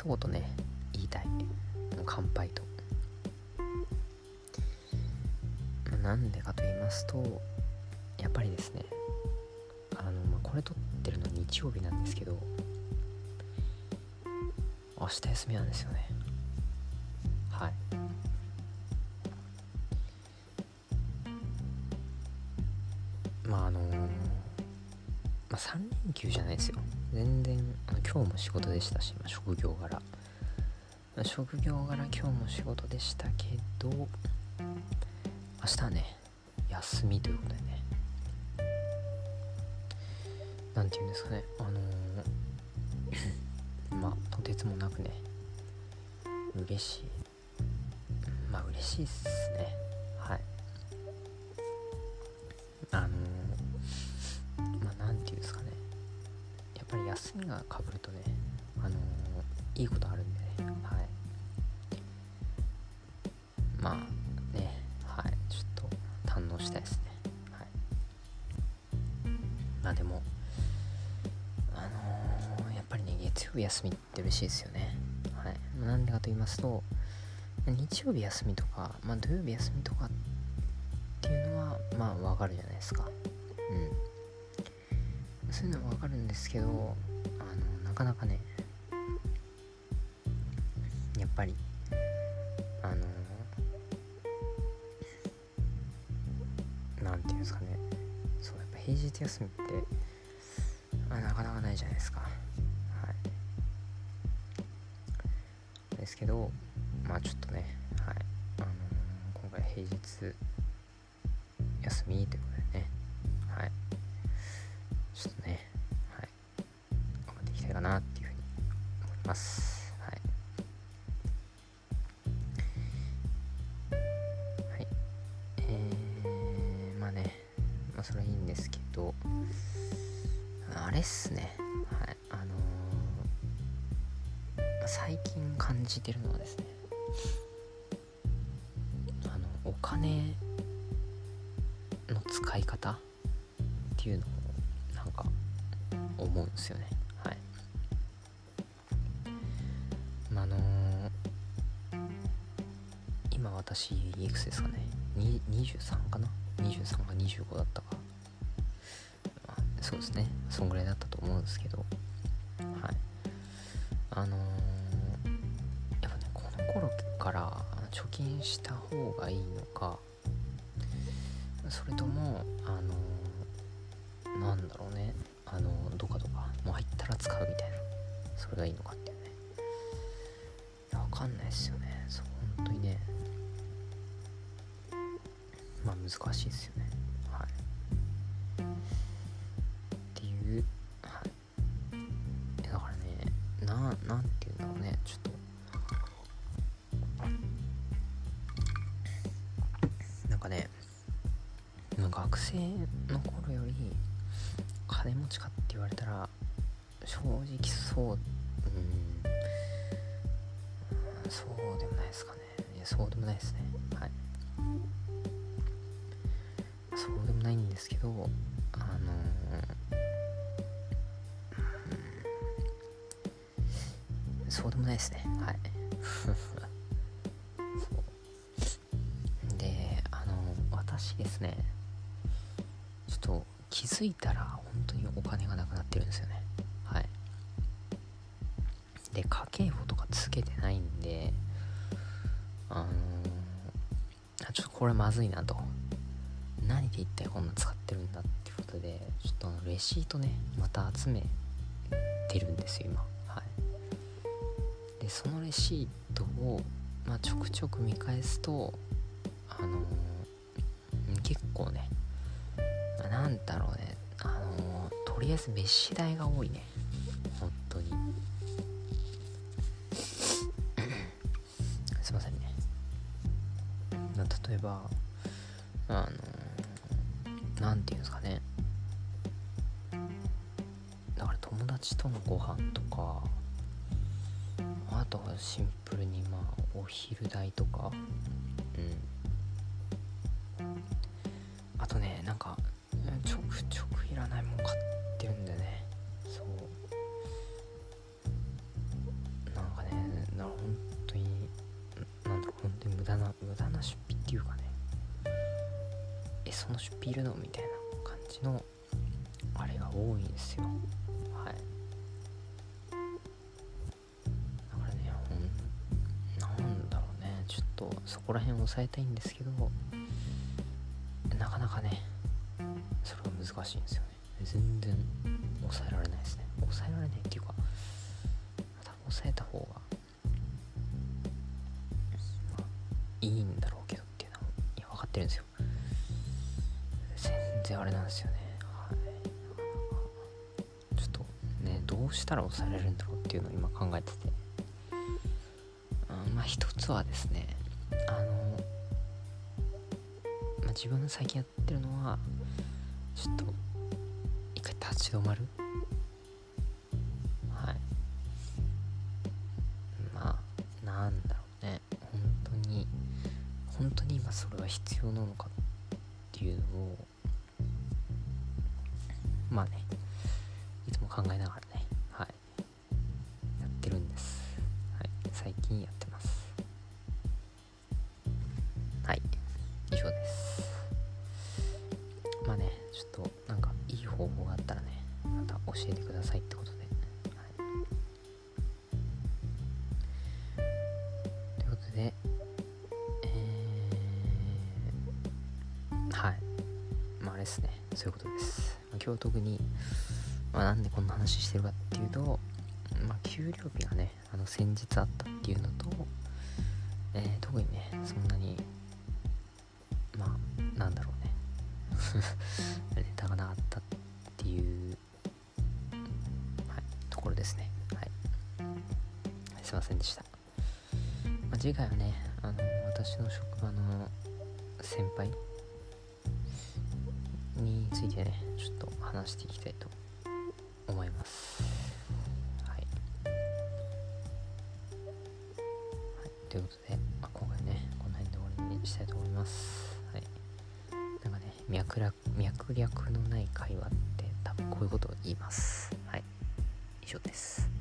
言ね言いたい。乾杯と。なんでかと言いますと、やっぱりですね、これ撮ってるの日曜日なんですけど、明日休みなんですよね。はい。3連休じゃないですよ。全然今日も仕事でしたし、職業柄今日も仕事でしたけど、明日はね休みということでね、なんていうんですかね、とてつもなくね嬉しいっすね。はい。なんていうんですかね、やっぱり休みが被るとねいいことあるんでね。はい。ちょっと堪能したいですね。はい。でもやっぱりね月曜日休みって嬉しいですよね。はい。なんでかと言いますと、日曜日休みとか、土曜日休みとかっていうのはわかるじゃないですか。そういうのはわかるんですけど、なかなかねやっぱりなんていうんですかね、そうやっぱ平日休みってなかなかないじゃないですか。はい。ですけどちょっとね、はい、今回平日休みということでね、はい、ちょっとね、はい、頑張っていきたいかなっていうふうに思います。はい。はい。それはいいんですけど、あれっすね、はい、最近感じてるのはですね、お金の使い方っていうのをなんか思うんですよね。はい。今私いくつですかね、23かな、23か25だったか、そうですね、そんぐらいだったと思うんですけど、はい。やっぱねこの頃から貯金した方がいいのか、それともなんだろうね、どかもう入ったら使うみたいな、それがいいのかっていうね、わかんないですよね。そう本当にね、難しいですよね。はい。っていう、はい。だからね、なんていうんだろうね、ちょっとなんかね、学生の頃より金持ちかって言われたら正直そうでもないですかね。そうでもないですね。はい。そうでもないんですけど、そうでもないですね。はい。そうで、私ですね、ちょっと気づいたら本当にお金がなくなってるんですよね。はい。で、家計簿とかつけてないんで、ちょっとこれまずいなと、何で一体こんな使ってるんだっていうことで、ちょっとレシートねまた集めてるんですよ今。はい。でそのレシートをちょくちょく見返すと結構ね、なんだろうね、とりあえず飯代が多いね、本当に。すいませんね。例えばなんていうんですかね、だから友達とのご飯とか、あとはシンプルにお昼代とか、あとね、なんかちょくちょくいらないもん買ってるんだよね。そうなんかね、 駄な出費っていうかね、その出費いるのみたいな感じのあれが多いんですよ。はい。だからね、なんだろうね、ちょっとそこら辺を抑えたいんですけど、なかなかねそれが難しいんですよね。全然抑えられないですね。抑えられないっていうか、多分抑えた方が、いいんだろうけどっていうのは、いや分かってるんですよ。全然あれなんですよね。はい。ちょっとね、どうしたら抑えられるんだろうっていうのを今考えてて、一つはですね、自分が最近やってるのは、ちょっと一回立ち止まる。はい。なんだろうね、本当に今それは必要なのかっていうのをいつも考えながらね、はい、やってるんです。はい、最近やってます。はい、以上です。ちょっとなんかいい方法があったらね、また教えてくださいってことで、ということで、はい、あれですね、そういうことです。今日特に、なんでこんな話してるかっていうと、給料日がね、先日あったっていうのと、特にね、そんなになんだろうねネタがなかったっていう、ところですね。はい、すいませんでした。次回はね、私の職場の先輩についてね、ちょっと話していきたいと思います。はい、ということで、今回ね、この辺で終わりにしたいと思います。はい、なんかね、脈略のない会話って多分こういうことを言います。はい、以上です。